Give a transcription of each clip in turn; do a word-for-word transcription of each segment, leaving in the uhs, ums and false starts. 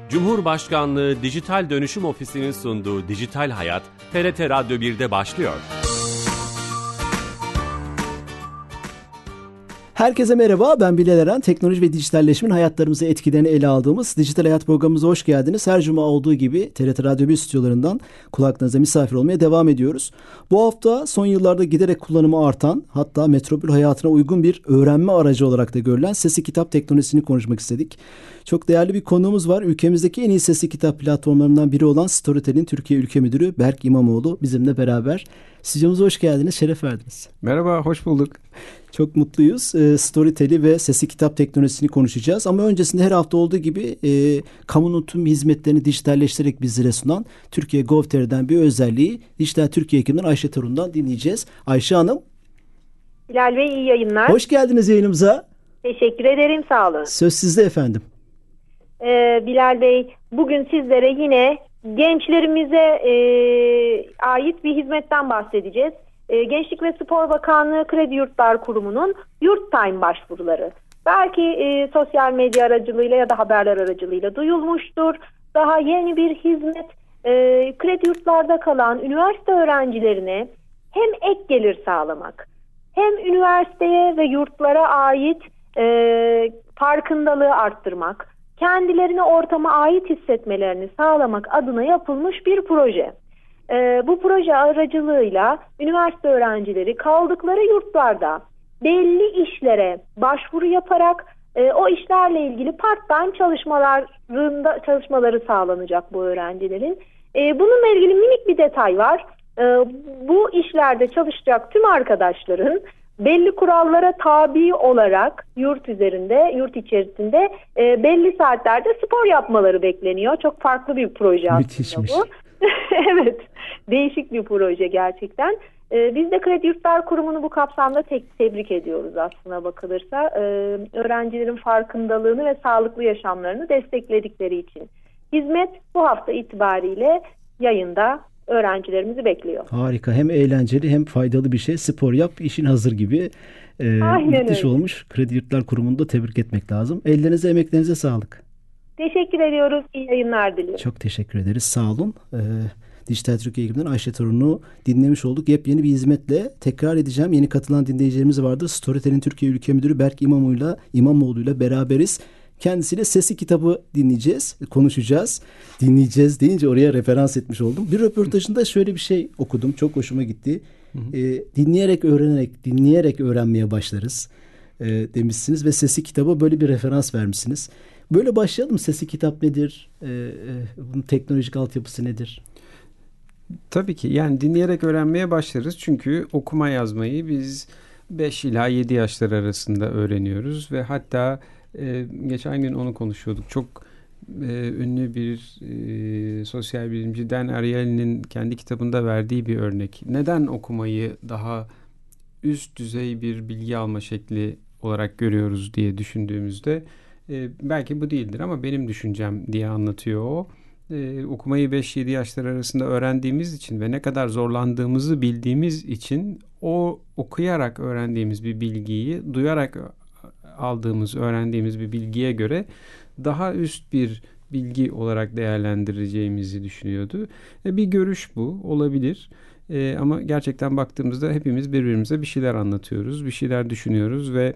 Cumhurbaşkanlığı Dijital Dönüşüm Ofisi'nin sunduğu Dijital Hayat, T R T Radyo bir'de başlıyor. Herkese merhaba, ben Bilal Eren. Teknoloji ve dijitalleşmenin hayatlarımıza etkilerini ele aldığımız Dijital Hayat programımıza hoş geldiniz. Her cuma olduğu gibi T R T Radyo bir stüdyolarından kulaklarınıza misafir olmaya devam ediyoruz. Bu hafta son yıllarda giderek kullanımı artan, hatta metropol hayatına uygun bir öğrenme aracı olarak da görülen sesli kitap teknolojisini konuşmak istedik. Çok değerli bir konuğumuz var. Ülkemizdeki en iyi sesli kitap platformlarından biri olan Storytel'in Türkiye Ülke Müdürü Berk İmamoğlu bizimle beraber. Stüdyomuza hoş geldiniz, şeref verdiniz. Merhaba, hoş bulduk. Çok mutluyuz. E, Storytel'i ve sesli kitap teknolojisini konuşacağız. Ama öncesinde her hafta olduğu gibi e, kamunun tüm hizmetlerini dijitalleştirerek bizlere sunan Türkiye Gov.tr'den bir özelliği Dijital Türkiye ekibinden Ayşe Torun'dan dinleyeceğiz. Ayşe Hanım. Bilal Bey, iyi yayınlar. Hoş geldiniz yayınımıza. Teşekkür ederim, sağ olun. Söz sizde efendim. Ee, Bilal Bey, bugün sizlere yine gençlerimize e, ait bir hizmetten bahsedeceğiz. E, Gençlik ve Spor Bakanlığı Kredi Yurtlar Kurumu'nun Yurttime başvuruları. Belki e, sosyal medya aracılığıyla ya da haberler aracılığıyla duyulmuştur. Daha yeni bir hizmet, e, kredi yurtlarda kalan üniversite öğrencilerine hem ek gelir sağlamak, hem üniversiteye ve yurtlara ait e, farkındalığı arttırmak, kendilerine ortama ait hissetmelerini sağlamak adına yapılmış bir proje. Ee, bu proje aracılığıyla üniversite öğrencileri kaldıkları yurtlarda belli işlere başvuru yaparak e, o işlerle ilgili part-time çalışmalarında çalışmaları sağlanacak bu öğrencilerin. E, bununla ilgili minik bir detay var. E, bu işlerde çalışacak tüm arkadaşların belli kurallara tabi olarak yurt üzerinde, yurt içerisinde e, belli saatlerde spor yapmaları bekleniyor. Çok farklı bir proje aslında. Müthişmiş. Bu. Evet, değişik bir proje gerçekten. Ee, biz de Kredi Yurtlar Kurumu'nu bu kapsamda tek tebrik ediyoruz aslına bakılırsa. Ee, öğrencilerin farkındalığını ve sağlıklı yaşamlarını destekledikleri için. Hizmet bu hafta itibariyle yayında öğrencilerimizi bekliyor. Harika, hem eğlenceli hem faydalı bir şey. Spor yap, işin hazır gibi. Ee, müthiş olmuş. Kredi Yurtlar Kurumu'nu da tebrik etmek lazım. Ellerinize, emeklerinize sağlık. Teşekkür ediyoruz. İyi yayınlar diliyorum. Çok teşekkür ederiz. Sağ olun. Ee, Dijital Türkiye ekibinden Ayşe Torun'u dinlemiş olduk. Yepyeni bir hizmetle tekrar edeceğim. Yeni katılan dinleyicilerimiz vardı. Storytel'in Türkiye Ülke Müdürü Berk İmamoğlu'yla İmamoğlu'yla beraberiz. Kendisiyle sesli kitabı dinleyeceğiz, konuşacağız. Dinleyeceğiz deyince oraya referans etmiş oldum. Bir röportajında şöyle bir şey okudum. Çok hoşuma gitti. Hı hı. Ee, dinleyerek öğrenerek, dinleyerek öğrenmeye başlarız e, demişsiniz ve sesli kitaba böyle bir referans vermişsiniz. Böyle başlayalım. Sesli kitap nedir? Ee, e, bunun teknolojik altyapısı nedir? Tabii ki. Yani dinleyerek öğrenmeye başlarız. Çünkü okuma yazmayı biz beş ila yedi yaşlar arasında öğreniyoruz. Ve hatta e, geçen gün onu konuşuyorduk. Çok e, ünlü bir e, sosyal bilimci Dan Ariely'nin kendi kitabında verdiği bir örnek. Neden okumayı daha üst düzey bir bilgi alma şekli olarak görüyoruz diye düşündüğümüzde Ee, belki bu değildir ama benim düşüncem diye anlatıyor o. Ee, okumayı beş yedi yaşlar arasında öğrendiğimiz için ve ne kadar zorlandığımızı bildiğimiz için o okuyarak öğrendiğimiz bir bilgiyi duyarak aldığımız, öğrendiğimiz bir bilgiye göre daha üst bir bilgi olarak değerlendireceğimizi düşünüyordu. Ee, bir görüş bu, olabilir. Ee, ama gerçekten baktığımızda hepimiz birbirimize bir şeyler anlatıyoruz, bir şeyler düşünüyoruz ve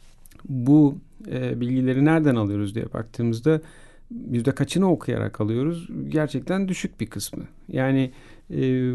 bu e, bilgileri nereden alıyoruz diye baktığımızda yüzde kaçını okuyarak alıyoruz? Gerçekten düşük bir kısmı. Yani e,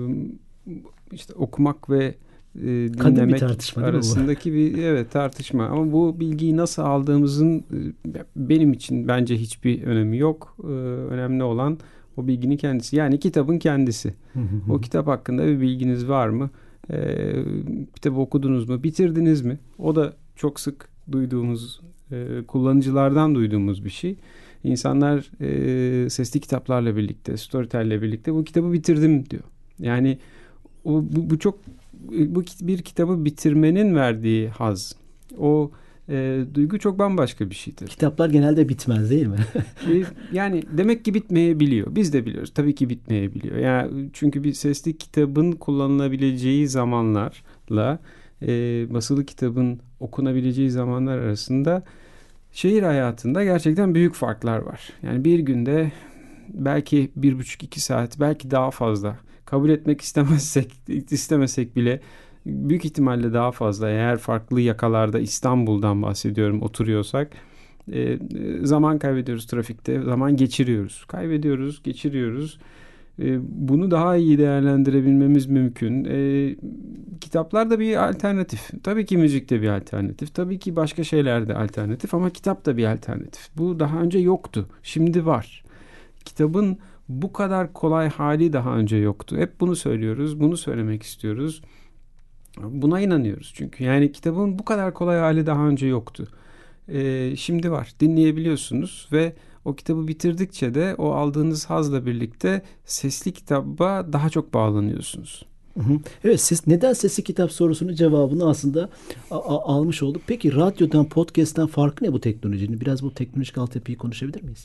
işte okumak ve e, dinlemek arasındaki bir evet tartışma. Ama bu bilgiyi nasıl aldığımızın e, benim için bence hiçbir önemi yok. E, önemli olan o bilginin kendisi. Yani kitabın kendisi. O kitap hakkında bir bilginiz var mı? E, kitabı okudunuz mu? Bitirdiniz mi? O da çok sık duyduğumuz, e, kullanıcılardan duyduğumuz bir şey. İnsanlar e, sesli kitaplarla birlikte, Storytel'le birlikte bu kitabı bitirdim diyor. Yani o, bu, bu çok bu bir kitabı bitirmenin verdiği haz. O e, duygu çok bambaşka bir şeydir. Kitaplar genelde bitmez değil mi? e, yani demek ki bitmeyebiliyor. Biz de biliyoruz. Tabii ki bitmeyebiliyor. Yani çünkü bir sesli kitabın kullanılabileceği zamanlarla e, basılı kitabın okunabileceği zamanlar arasında şehir hayatında gerçekten büyük farklar var. Yani bir günde belki bir buçuk iki saat, belki daha fazla, kabul etmek istemezsek istemesek bile büyük ihtimalle daha fazla, eğer farklı yakalarda, İstanbul'dan bahsediyorum, oturuyorsak e, zaman kaybediyoruz trafikte, zaman geçiriyoruz. Kaybediyoruz, geçiriyoruz. E, bunu daha iyi değerlendirebilmemiz mümkün. E, kitaplar da bir alternatif. Tabii ki müzik de bir alternatif. Tabii ki başka şeyler de alternatif ama kitap da bir alternatif. Bu daha önce yoktu. Şimdi var. Kitabın bu kadar kolay hali daha önce yoktu. Hep bunu söylüyoruz, bunu söylemek istiyoruz. Buna inanıyoruz çünkü. Yani kitabın bu kadar kolay hali daha önce yoktu. Ee, şimdi var. Dinleyebiliyorsunuz ve o kitabı bitirdikçe de o aldığınız hazla birlikte sesli kitaba daha çok bağlanıyorsunuz. Hı hı. Evet, siz neden sesli kitap sorusunun cevabını aslında a- a- almış olduk. Peki radyodan, podcast'ten farkı ne bu teknolojinin? Biraz bu teknolojik altyapıyı konuşabilir miyiz?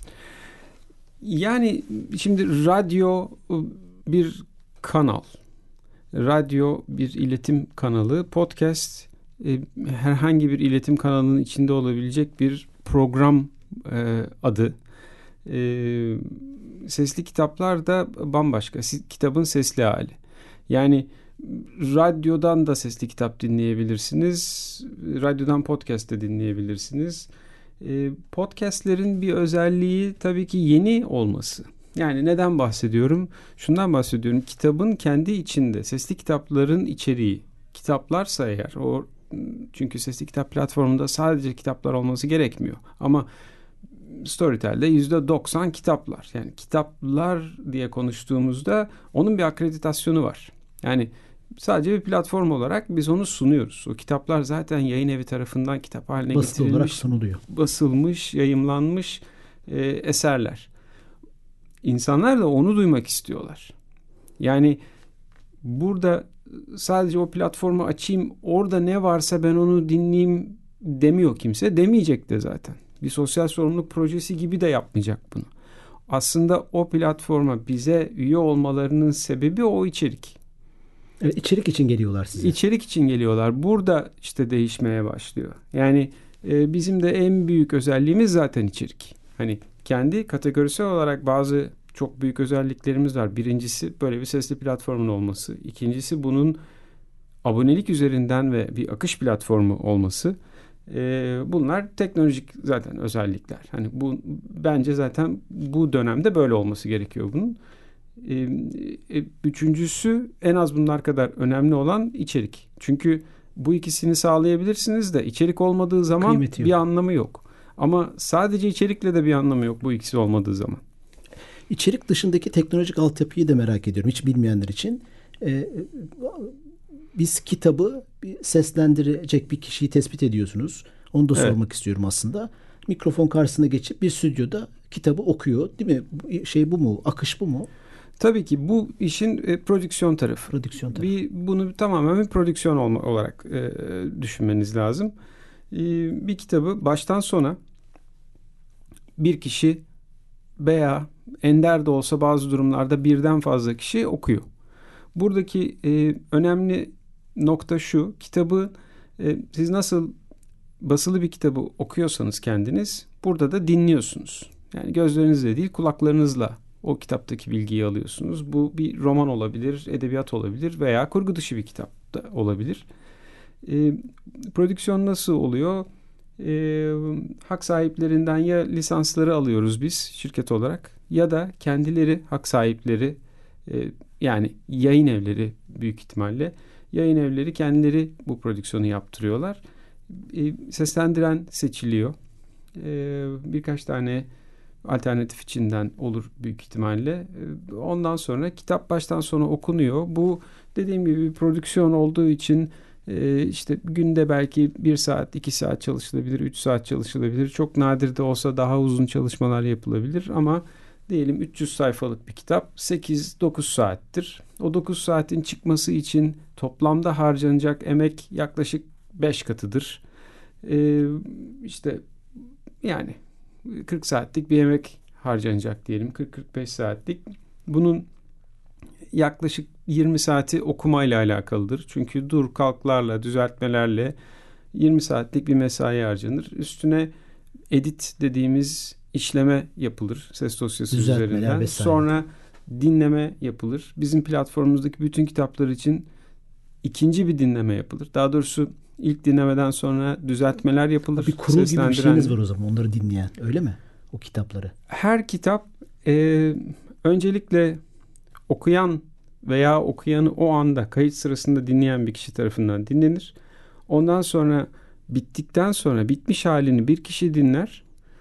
Yani şimdi radyo bir kanal. Radyo bir iletim kanalı. Podcast e, herhangi bir iletim kanalının içinde olabilecek bir program e, adı. E, sesli kitaplar da bambaşka. Kitabın sesli hali. Yani radyodan da sesli kitap dinleyebilirsiniz. Radyodan podcast de dinleyebilirsiniz. E, podcastlerin bir özelliği tabii ki yeni olması. Yani neden bahsediyorum? Şundan bahsediyorum. Kitabın kendi içinde, sesli kitapların içeriği. Kitaplarsa eğer, o çünkü sesli kitap platformunda sadece kitaplar olması gerekmiyor. Ama Storytel'de yüzde doksan kitaplar. Yani kitaplar diye konuştuğumuzda onun bir akreditasyonu var. Yani sadece bir platform olarak biz onu sunuyoruz. O kitaplar zaten yayın evi tarafından kitap haline Basılı getirilmiş, olarak sunuluyor. basılmış, yayımlanmış e, eserler. İnsanlar da onu duymak istiyorlar. Yani burada sadece o platformu açayım, orada ne varsa ben onu dinleyeyim demiyor kimse. Demeyecek de zaten. Bir sosyal sorumluluk projesi gibi de yapmayacak bunu. Aslında o platforma bize üye olmalarının sebebi o içerik. Evet, içerik için geliyorlar size. İçerik için geliyorlar. Burada işte değişmeye başlıyor. Yani e, bizim de en büyük özelliğimiz zaten içerik. Hani kendi kategorisel olarak bazı çok büyük özelliklerimiz var. Birincisi böyle bir sesli platformun olması. İkincisi bunun abonelik üzerinden ve bir akış platformu olması. Ee, bunlar teknolojik zaten özellikler. Hani bu bence zaten bu dönemde böyle olması gerekiyor bunun. Ee, üçüncüsü en az bunlar kadar önemli olan içerik. Çünkü bu ikisini sağlayabilirsiniz de içerik olmadığı zaman bir anlamı yok. Ama sadece içerikle de bir anlamı yok bu ikisi olmadığı zaman. İçerik dışındaki teknolojik altyapıyı da merak ediyorum hiç bilmeyenler için. Ee, biz kitabı bir seslendirecek bir kişiyi tespit ediyorsunuz. Onu da evet. sormak istiyorum aslında. Mikrofon karşısına geçip bir stüdyoda kitabı okuyor, değil mi? Şey bu mu? Akış bu mu? Tabii ki bu işin e, prodüksiyon tarafı. Prodüksiyon tarafı. Bir, bunu tamamen bir prodüksiyon olma, olarak e, düşünmeniz lazım. E, bir kitabı baştan sona bir kişi veya ender de olsa bazı durumlarda birden fazla kişi okuyor. Buradaki e, önemli nokta şu: kitabı e, siz nasıl basılı bir kitabı okuyorsanız kendiniz, burada da dinliyorsunuz. Yani gözlerinizle değil, kulaklarınızla o kitaptaki bilgiyi alıyorsunuz. Bu bir roman olabilir, edebiyat olabilir veya kurgu dışı bir kitap da olabilir. E, prodüksiyon nasıl oluyor? E, hak sahiplerinden ya lisansları alıyoruz biz şirket olarak ya da kendileri hak sahipleri, e, yani yayın evleri büyük ihtimalle yayın evleri kendileri bu prodüksiyonu yaptırıyorlar. E, seslendiren seçiliyor. E, birkaç tane alternatif içinden olur büyük ihtimalle. E, ondan sonra kitap baştan sona okunuyor. Bu dediğim gibi bir prodüksiyon olduğu için e, işte günde belki bir saat, iki saat çalışılabilir, üç saat çalışılabilir. Çok nadir de olsa daha uzun çalışmalar yapılabilir ama diyelim üç yüz sayfalık bir kitap sekiz dokuz saattir. O dokuz saatin çıkması için toplamda harcanacak emek yaklaşık beş katıdır. Ee, işte yani kırk saatlik bir emek harcanacak diyelim. kırk kırk beş saatlik. Bunun yaklaşık yirmi saati okumayla alakalıdır. Çünkü dur kalklarla, düzeltmelerle yirmi saatlik bir mesai harcanır. Üstüne edit dediğimiz işleme yapılır ses dosyası Düzeltmeler üzerinden. vesaire. Sonra dinleme yapılır. Bizim platformumuzdaki bütün kitaplar için ikinci bir dinleme yapılır. Daha doğrusu ilk dinlemeden sonra düzeltmeler yapılır. Bir kurul gibi bir şeyiniz var o zaman onları dinleyen, öyle mi? O kitapları. Her kitap e, öncelikle okuyan veya okuyanı o anda kayıt sırasında dinleyen bir kişi tarafından dinlenir. Ondan sonra bittikten sonra bitmiş halini bir kişi dinler.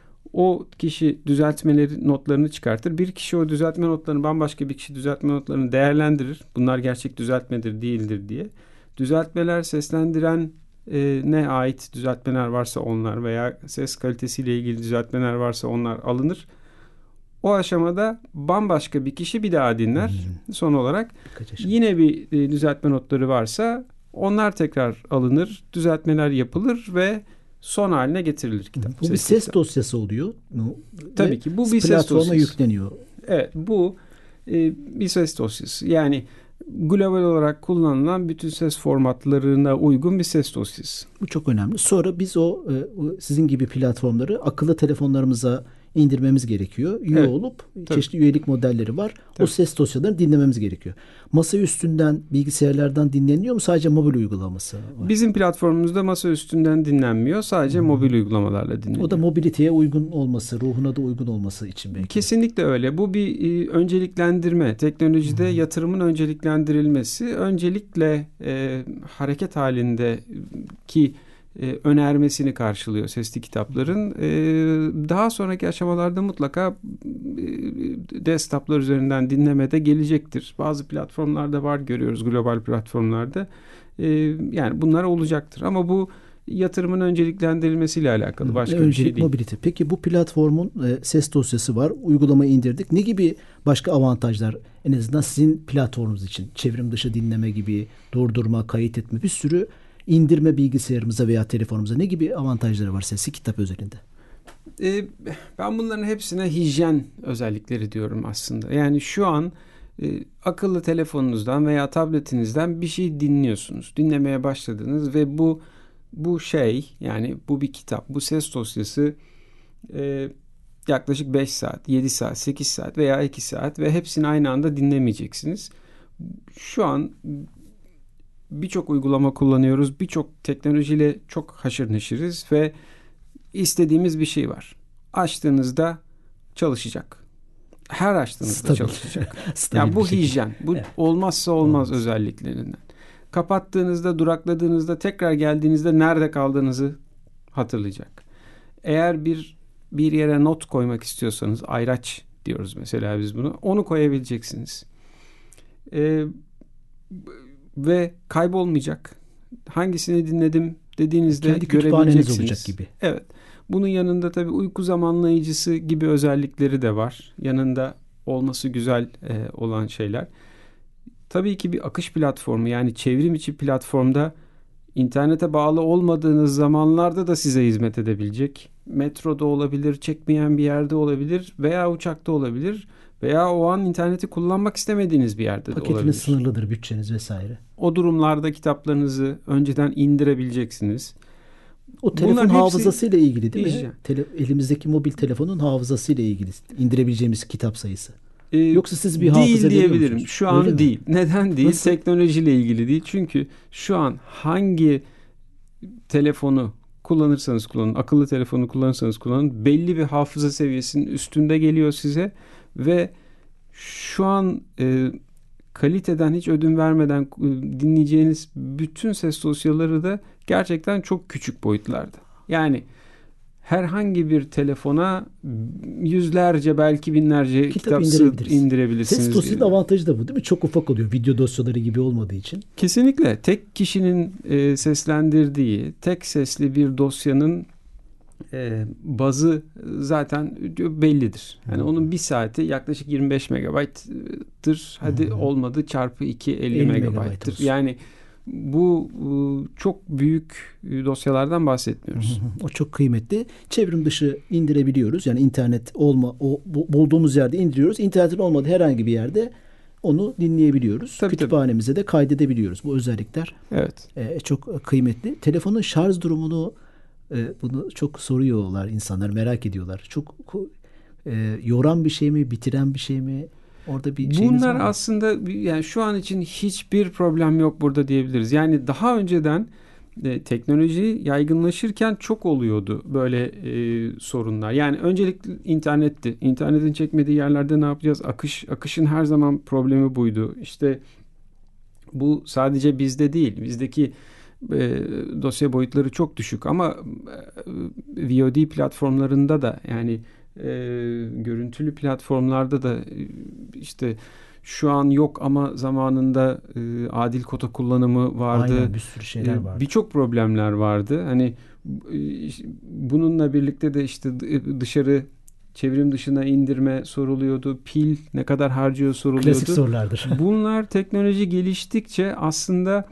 O kişi düzeltmeleri notlarını çıkartır. Bir kişi o düzeltme notlarını bambaşka bir kişi düzeltme notlarını değerlendirir. Bunlar gerçek düzeltmedir değildir diye. Düzeltmeler seslendiren e, ne ait düzeltmeler varsa onlar veya ses kalitesiyle ilgili düzeltmeler varsa onlar alınır. O aşamada bambaşka bir kişi bir daha dinler. Hmm. Son olarak yine bir e, düzeltme notları varsa onlar tekrar alınır, düzeltmeler yapılır ve son haline getirilir kitap. Bu ses bir ses kitap. dosyası oluyor. Tabii ve ki bu bir ses dosyası. Platforma yükleniyor. Evet, bu e, bir ses dosyası. Yani global olarak kullanılan bütün ses formatlarına uygun bir ses dosyası. Bu çok önemli. Sonra biz o e, sizin gibi platformları akıllı telefonlarımıza indirmemiz gerekiyor. Üye evet, olup tabii. çeşitli üyelik modelleri var. Tabii. O ses dosyalarını dinlememiz gerekiyor. Masa üstünden, bilgisayarlardan dinleniyor mu? Sadece mobil uygulaması var. Bizim platformumuzda masa üstünden dinlenmiyor. Sadece hmm. mobil uygulamalarla dinleniyor. O da mobiliteye uygun olması, ruhuna da uygun olması için belki. Kesinlikle öyle. Bu bir e, önceliklendirme. Teknolojide hmm. yatırımın önceliklendirilmesi. Öncelikle e, hareket halindeki e, önermesini karşılıyor sesli kitapların. E, daha sonraki aşamalarda mutlaka e, desktoplar üzerinden dinlemede gelecektir. Bazı platformlarda var, görüyoruz global platformlarda. E, yani bunlar olacaktır. Ama bu yatırımın önceliklendirilmesiyle alakalı başka Öncelik bir şey değil. Mobility. Peki bu platformun e, ses dosyası var. Uygulamayı indirdik. Ne gibi başka avantajlar en azından sizin platformunuz için? Çevrim dışı dinleme gibi, durdurma, kayıt etme, bir sürü indirme bilgisayarımıza veya telefonumuza ne gibi avantajları var sesli kitap özelinde? Ee, ben bunların hepsine hijyen özellikleri diyorum aslında. Yani şu an e, akıllı telefonunuzdan veya tabletinizden bir şey dinliyorsunuz. Dinlemeye başladınız ve bu bu şey, yani bu bir kitap, bu ses dosyası e, yaklaşık beş saat, yedi saat, sekiz saat veya iki saat ve hepsini aynı anda dinlemeyeceksiniz. Şu an birçok uygulama kullanıyoruz. Birçok teknolojiyle çok haşır neşiriz ve istediğimiz bir şey var. Açtığınızda çalışacak. Her açtığınızda Stabil. çalışacak. Yani bu hijyen. Bu evet. olmazsa olmaz, olmaz özelliklerinden. Kapattığınızda, durakladığınızda, tekrar geldiğinizde nerede kaldığınızı hatırlayacak. Eğer bir bir yere not koymak istiyorsanız, ayraç diyoruz mesela biz bunu. Onu koyabileceksiniz. Ee, ve kaybolmayacak. Hangisini dinledim dediğinizde kendi görebileceksiniz. Olacak gibi. Evet. Bunun yanında tabii uyku zamanlayıcısı gibi özellikleri de var. Yanında olması güzel e, olan şeyler. Tabii ki bir akış platformu, yani çevrim içi platformda internete bağlı olmadığınız zamanlarda da size hizmet edebilecek. Metroda olabilir, çekmeyen bir yerde olabilir veya uçakta olabilir veya o an interneti kullanmak istemediğiniz bir yerde Paketiniz de olabilir. Paketiniz sınırlıdır, bütçeniz vesaire. O durumlarda kitaplarınızı önceden indirebileceksiniz. O telefon hafızasıyla ilgili değil mi? Tele, elimizdeki mobil telefonun hafızasıyla ilgili indirebileceğimiz kitap sayısı. Ee, Yoksa siz bir değil hafıza diyebilirim. Şu an Öyle değil. Mi? Neden değil? Nasıl? Teknolojiyle ilgili değil. Çünkü şu an hangi telefonu kullanırsanız kullanın, akıllı telefonu kullanırsanız kullanın, belli bir hafıza seviyesinin üstünde geliyor size ve şu an e, kaliteden hiç ödün vermeden e, dinleyeceğiniz bütün ses dosyaları da gerçekten çok küçük boyutlarda. Yani herhangi bir telefona yüzlerce, belki binlerce kitap, kitap indirebilirsiniz. Ses dosyasının avantajı da bu değil mi? Çok ufak oluyor. Video dosyaları gibi olmadığı için. Kesinlikle. Tek kişinin e, seslendirdiği, tek sesli bir dosyanın e, bazı zaten bellidir. Yani hmm. onun bir saati yaklaşık yirmi beş megabayttır. Hadi hmm. olmadı çarpı iki, elli, elli megabayttır. Yani bu çok büyük dosyalardan bahsetmiyoruz. O çok kıymetli. Çevrim dışı indirebiliyoruz. Yani internet olma, o bulduğumuz yerde indiriyoruz. İnternetin olmadığı herhangi bir yerde onu dinleyebiliyoruz. Tabii, Kütüphanemize tabii. de kaydedebiliyoruz. Bu özellikler evet. e, çok kıymetli. Telefonun şarj durumunu e, bunu çok soruyorlar insanlar, merak ediyorlar. Çok e, yoran bir şey mi, bitiren bir şey mi? Orada bir şeyiniz Bunlar var mı? aslında yani şu an için hiçbir problem yok burada diyebiliriz. Yani daha önceden e, teknoloji yaygınlaşırken çok oluyordu böyle e, sorunlar. Yani öncelikle internetti. İnternetin çekmediği yerlerde ne yapacağız? Akış akışın her zaman problemi buydu. İşte bu sadece bizde değil. Bizdeki e, dosya boyutları çok düşük ama e, V O D platformlarında da yani e, görüntülü platformlarda da e, işte şu an yok ama zamanında e, adil kota kullanımı vardı. Aynen, bir sürü şeyler e, vardı. Birçok problemler vardı. Hani e, bununla birlikte de işte dışarı çevrim dışına indirme soruluyordu. Pil ne kadar harcıyor soruluyordu. Klasik sorulardır. Bunlar teknoloji geliştikçe aslında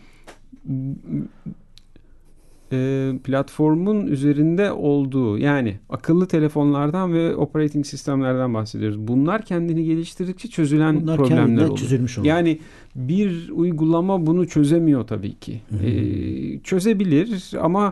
e, platformun üzerinde olduğu yani akıllı telefonlardan ve operating sistemlerden bahsediyoruz. Bunlar kendini geliştirdikçe çözülen Bunlar problemler oluyor. çözülmüş oldu. Yani bir uygulama bunu çözemiyor tabii ki. E, çözebilir ama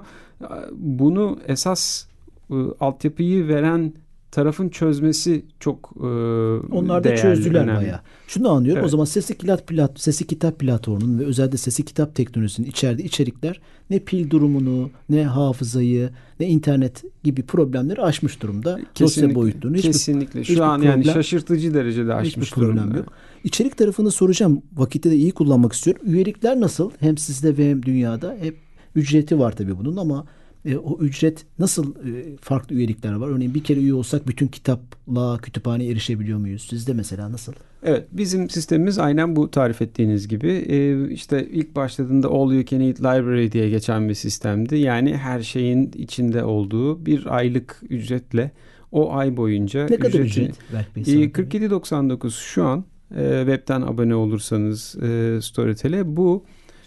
bunu esas e, altyapıyı veren tarafın çözmesi çok e, Onlar da değerli, çözdüler önemli. bayağı. Şunu anlıyorum. Evet. O zaman sesli kitap, plat, sesli kitap platformunun ve özellikle sesli kitap teknolojisinin içerdiği içerikler ne pil durumunu, ne hafızayı, ne internet gibi problemleri aşmış durumda. Dosya boyutluğunu. Hiçbir, kesinlikle. Şu hiçbir an problem, yani şaşırtıcı derecede aşmış hiçbir problem durumda. yok. İçerik tarafını soracağım. Vakitte de iyi kullanmak istiyorum. Üyelikler nasıl? Hem sizde ve hem dünyada. Hep ücreti var tabii bunun ama E, o ücret nasıl, e, farklı üyelikler var? Örneğin bir kere üye olsak bütün kitapla kütüphaneye erişebiliyor muyuz? Sizde mesela nasıl? Evet, bizim sistemimiz aynen bu tarif ettiğiniz gibi. Ee, işte ilk başladığında All You Can Eat Library diye geçen bir sistemdi. Yani her şeyin içinde olduğu bir aylık ücretle o ay boyunca ne kadar ücreti, ücret? Berk Bey, e, kırk yedi doksan dokuz şu an e, webten abone olursanız e, Storytel'e bu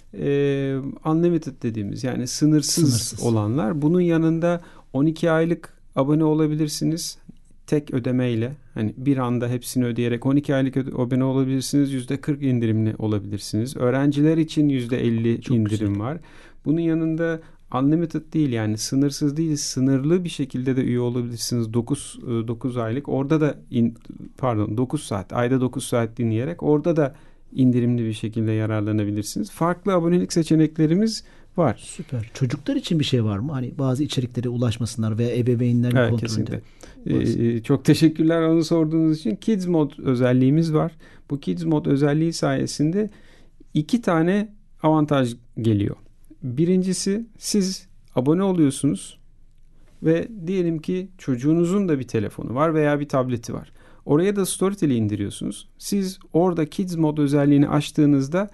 e, unlimited dediğimiz yani sınırsız, sınırsız olanlar. Bunun yanında on iki aylık abone olabilirsiniz. Tek ödemeyle hani bir anda hepsini ödeyerek on iki aylık abone olabilirsiniz. yüzde kırk indirimli olabilirsiniz. Öğrenciler için yüzde elli Çok indirim güzel. var. Bunun yanında unlimited değil yani sınırsız değil, sınırlı bir şekilde de üye olabilirsiniz. dokuz dokuz aylık. Orada da in, pardon dokuz saat, ayda dokuz saat dinleyerek orada da indirimli bir şekilde yararlanabilirsiniz. Farklı abonelik seçeneklerimiz var. Süper. Çocuklar için bir şey var mı? Hani bazı içeriklere ulaşmasınlar veya ebeveynlerin Evet, kontrolünde. Kesinlikle. Ee, çok teşekkürler onu sorduğunuz için. Kids Mode özelliğimiz var. Bu Kids Mode özelliği sayesinde iki tane avantaj geliyor. Birincisi, siz abone oluyorsunuz ve diyelim ki çocuğunuzun da bir telefonu var veya bir tableti var. Oraya da Storytel'i indiriyorsunuz. Siz orada Kids Mode özelliğini açtığınızda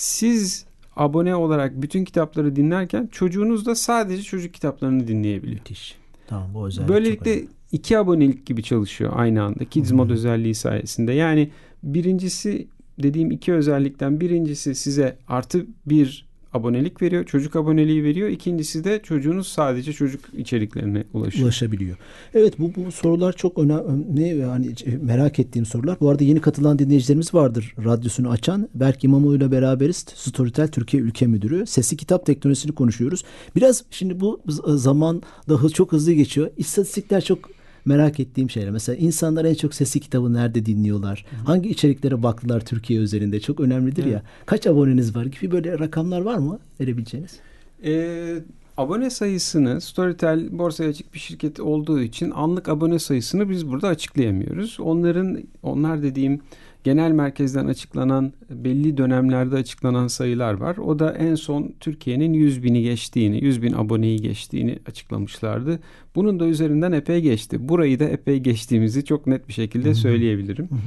siz abone olarak bütün kitapları dinlerken çocuğunuz da sadece çocuk kitaplarını dinleyebiliyor. Müthiş. Tamam, bu özellik Böylelikle iki abonelik gibi çalışıyor aynı anda Kids Mode özelliği sayesinde. Yani birincisi, dediğim iki özellikten birincisi size artı bir abonelik veriyor. Çocuk aboneliği veriyor. İkincisi de çocuğunuz sadece çocuk içeriklerine ulaşıyor. ulaşabiliyor. Evet, bu, bu sorular çok önemli. Yani merak ettiğim sorular. Bu arada yeni katılan dinleyicilerimiz vardır. Radyosunu açan Berk İmamoğlu ile beraberiz. Storytel Türkiye Ülke Müdürü. Sesli kitap teknolojisini konuşuyoruz. Biraz şimdi bu zaman daha çok hızlı geçiyor. İstatistikler çok merak ettiğim şeyler. Mesela insanlar en çok sesli kitabı nerede dinliyorlar? Hı. Hangi içeriklere baktılar Türkiye üzerinde? Çok önemlidir evet. ya. Kaç aboneniz var gibi böyle rakamlar var mı verebileceğiniz? Ee, abone sayısını, Storytel borsaya açık bir şirket olduğu için anlık abone sayısını biz burada açıklayamıyoruz. Onların, onlar dediğim genel merkezden açıklanan, belli dönemlerde açıklanan sayılar var. O da en son Türkiye'nin yüz bini geçtiğini, yüz bin aboneyi geçtiğini açıklamışlardı. Bunun da üzerinden epey geçti. Burayı da epey geçtiğimizi çok net bir şekilde Hı-hı. söyleyebilirim. Hı-hı.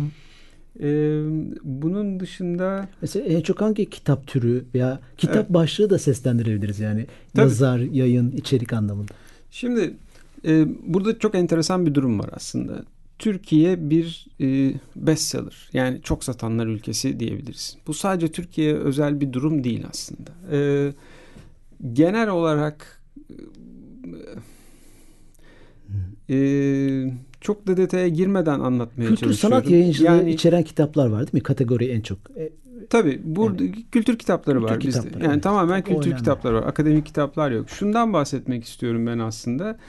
Ee, bunun dışında mesela en çok hangi kitap türü veya kitap evet. başlığı da seslendirebiliriz yani. Tabii. Yazar, yayın, içerik anlamında. Şimdi e, burada çok enteresan bir durum var aslında. Türkiye bir e, bestseller, yani çok satanlar ülkesi diyebiliriz. Bu sadece Türkiye'ye özel bir durum değil aslında. E, genel olarak e, çok da detaya girmeden anlatmaya Kültür çalışıyorum. Kültür sanat yayıncılığı yani, içeren kitaplar var değil mi? Kategori en çok. Tabii burada evet. kültür kitapları kültür var kitapları, bizde. Yani evet. tamamen Çok kültür kitapları var. Akademik kitaplar yok. Şundan bahsetmek istiyorum ben aslında.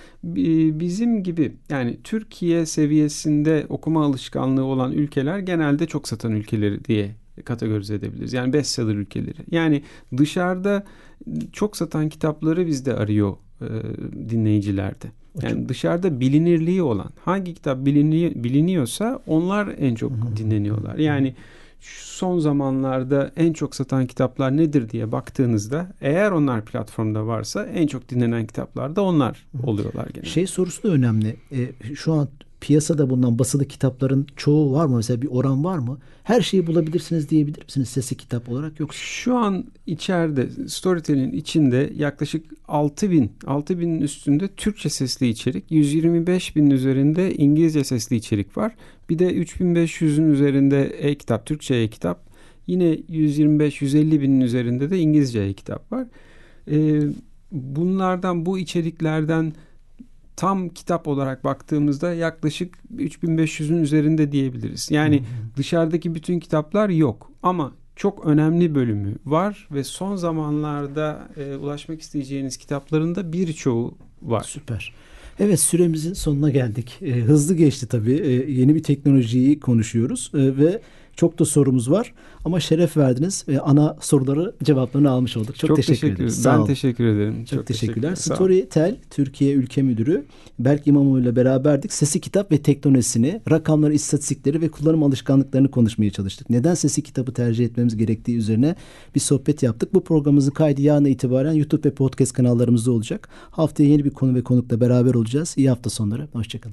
Bizim gibi yani Türkiye seviyesinde okuma alışkanlığı olan ülkeler genelde çok satan ülkeleri diye kategorize edebiliriz. Yani bestseller ülkeleri. Yani dışarıda çok satan kitapları bizde arıyor e, dinleyicilerde. Yani dışarıda bilinirliği olan hangi kitap bilini, biliniyorsa onlar en çok dinleniyorlar. Yani son zamanlarda en çok satan kitaplar nedir diye baktığınızda eğer onlar platformda varsa en çok dinlenen kitaplar da onlar oluyorlar genelde. Şey sorusu da önemli. E, şu an piyasada bulunan basılı kitapların çoğu var mı? Mesela bir oran var mı? Her şeyi bulabilirsiniz diyebilir misiniz sesli kitap olarak yoksa? Şu an içeride Storytel'in içinde yaklaşık altı bin, altı binin üstünde Türkçe sesli içerik, yüz yirmi beş binin üzerinde İngilizce sesli içerik var. Bir de üç bin beş yüzün üzerinde e-kitap, Türkçe e-kitap. Yine yüz yirmi beş yüz elli binin üzerinde de İngilizce e-kitap var. Ee, bunlardan, bu içeriklerden tam kitap olarak baktığımızda yaklaşık üç bin beş yüzün üzerinde diyebiliriz. Yani hı hı. dışarıdaki bütün kitaplar yok ama çok önemli bölümü var ve son zamanlarda e, ulaşmak isteyeceğiniz kitapların da birçoğu var. Süper. Evet, süremizin sonuna geldik. E, hızlı geçti tabii. E, yeni bir teknolojiyi konuşuyoruz e, ve çok da sorumuz var. Ama şeref verdiniz ve ana soruları cevaplarını almış olduk. Çok, çok teşekkür, teşekkür ederiz. Ben Sağ olun. teşekkür ederim. Çok, çok teşekkürler. teşekkürler. Storytel Türkiye Ülke Müdürü Berk İmamoğlu ile beraberdik. Sesli kitap ve teknolojisini, rakamları, istatistikleri ve kullanım alışkanlıklarını konuşmaya çalıştık. Neden sesli kitabı tercih etmemiz gerektiği üzerine bir sohbet yaptık. Bu programımızın kaydı yarın itibaren YouTube ve podcast kanallarımızda olacak. Haftaya yeni bir konu ve konukla beraber olacağız. İyi hafta sonları. Hoşçakalın.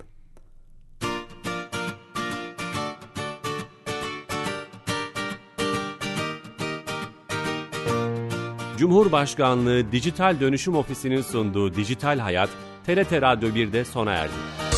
Cumhurbaşkanlığı Dijital Dönüşüm Ofisi'nin sunduğu Dijital Hayat, T R T Radyo bir'de sona erdi.